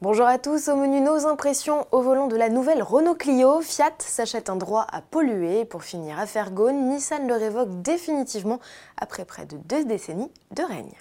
Bonjour à tous, au menu nos impressions au volant de la nouvelle Renault Clio. Fiat s'achète un droit à polluer. Pour finir, affaire Ghosn, Nissan le révoque définitivement après près de 2 décennies de règne.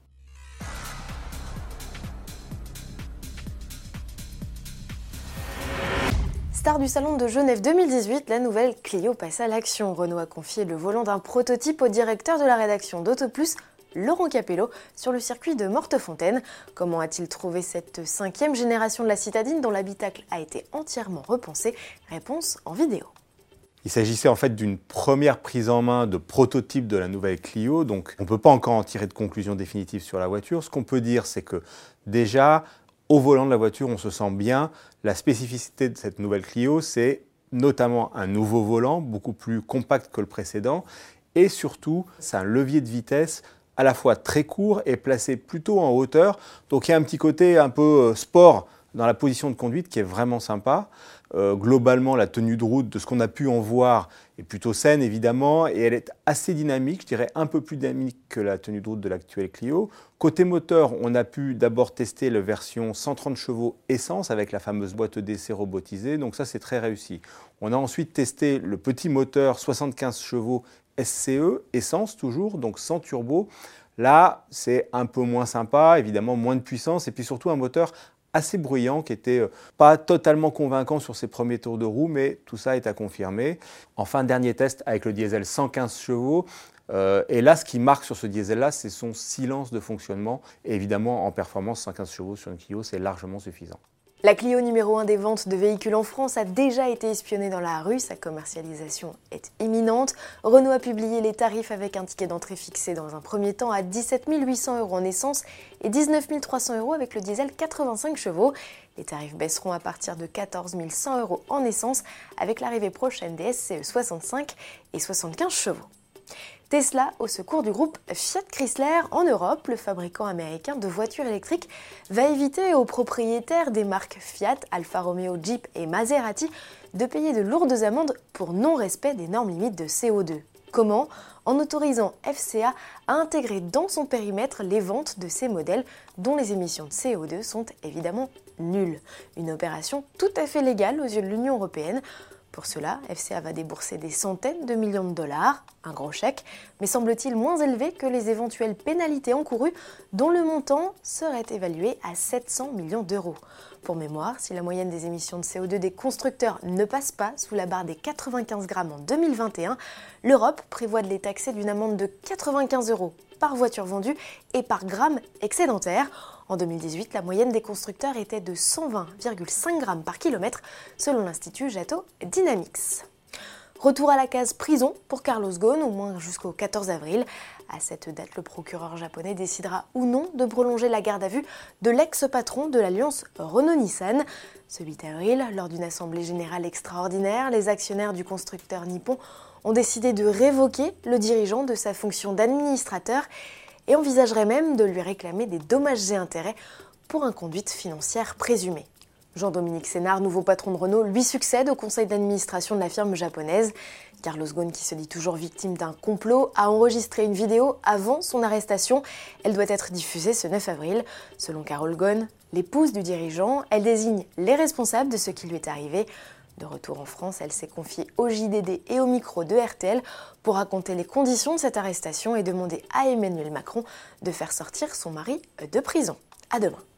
Star du salon de Genève 2018, la nouvelle Clio passe à l'action. Renault a confié le volant d'un prototype au directeur de la rédaction d'AutoPlus, Laurent Capello, sur le circuit de Mortefontaine. Comment a-t-il trouvé cette 5e génération de la citadine dont l'habitacle a été entièrement repensé? Réponse en vidéo. Il s'agissait en fait d'une première prise en main de prototype de la nouvelle Clio, donc on ne peut pas encore en tirer de conclusion définitive sur la voiture. Ce qu'on peut dire, c'est que déjà, au volant de la voiture, on se sent bien. La spécificité de cette nouvelle Clio, c'est notamment un nouveau volant, beaucoup plus compact que le précédent, et surtout, c'est un levier de vitesse à la fois très court et placé plutôt en hauteur. Donc il y a un petit côté un peu sport dans la position de conduite qui est vraiment sympa. Globalement, la tenue de route, de ce qu'on a pu en voir, est plutôt saine évidemment, et elle est assez dynamique, je dirais un peu plus dynamique que la tenue de route de l'actuelle Clio. Côté moteur, on a pu d'abord tester la version 130 chevaux essence avec la fameuse boîte d'essai robotisée, donc ça c'est très réussi. On a ensuite testé le petit moteur 75 chevaux SCE, essence toujours, donc sans turbo. Là, c'est un peu moins sympa, évidemment moins de puissance, et puis surtout un moteur assez bruyant, qui n'était pas totalement convaincant sur ses premiers tours de roue, mais tout ça est à confirmer. Enfin, dernier test avec le diesel 115 chevaux. Et là, ce qui marque sur ce diesel-là, c'est son silence de fonctionnement. Et évidemment, en performance, 115 chevaux sur une Clio, c'est largement suffisant. La Clio numéro 1 des ventes de véhicules en France a déjà été espionnée dans la rue, sa commercialisation est imminente. Renault a publié les tarifs avec un ticket d'entrée fixé dans un premier temps à 17 800 € en essence et 19 300 € avec le diesel 85 chevaux. Les tarifs baisseront à partir de 14 100 € en essence avec l'arrivée prochaine des SCE 65 et 75 chevaux. Tesla au secours du groupe Fiat Chrysler en Europe. Le fabricant américain de voitures électriques va éviter aux propriétaires des marques Fiat, Alfa Romeo, Jeep et Maserati de payer de lourdes amendes pour non-respect des normes limites de CO2. Comment? En autorisant FCA à intégrer dans son périmètre les ventes de ces modèles dont les émissions de CO2 sont évidemment nulles. Une opération tout à fait légale aux yeux de l'Union européenne. Pour cela, FCA va débourser des centaines de millions de dollars, un gros chèque, mais semble-t-il moins élevé que les éventuelles pénalités encourues, dont le montant serait évalué à 700 millions d'euros. Pour mémoire, si la moyenne des émissions de CO2 des constructeurs ne passe pas sous la barre des 95 grammes en 2021, l'Europe prévoit de les taxer d'une amende de 95 € par voiture vendue et par gramme excédentaire. En 2018, la moyenne des constructeurs était de 120,5 grammes par kilomètre, selon l'Institut Jato Dynamics. Retour à la case prison pour Carlos Ghosn, au moins jusqu'au 14 avril. À cette date, le procureur japonais décidera ou non de prolonger la garde à vue de l'ex-patron de l'alliance Renault-Nissan. Ce 8 avril, lors d'une assemblée générale extraordinaire, les actionnaires du constructeur nippon ont décidé de révoquer le dirigeant de sa fonction d'administrateur et envisagerait même de lui réclamer des dommages et intérêts pour inconduite financière présumée. Jean-Dominique Sénard, nouveau patron de Renault, lui succède au conseil d'administration de la firme japonaise. Carlos Ghosn, qui se dit toujours victime d'un complot, a enregistré une vidéo avant son arrestation. Elle doit être diffusée ce 9 avril. Selon Carole Ghosn, l'épouse du dirigeant, elle désigne les responsables de ce qui lui est arrivé. De retour en France, elle s'est confiée au JDD et au micro de RTL pour raconter les conditions de cette arrestation et demander à Emmanuel Macron de faire sortir son mari de prison. À demain.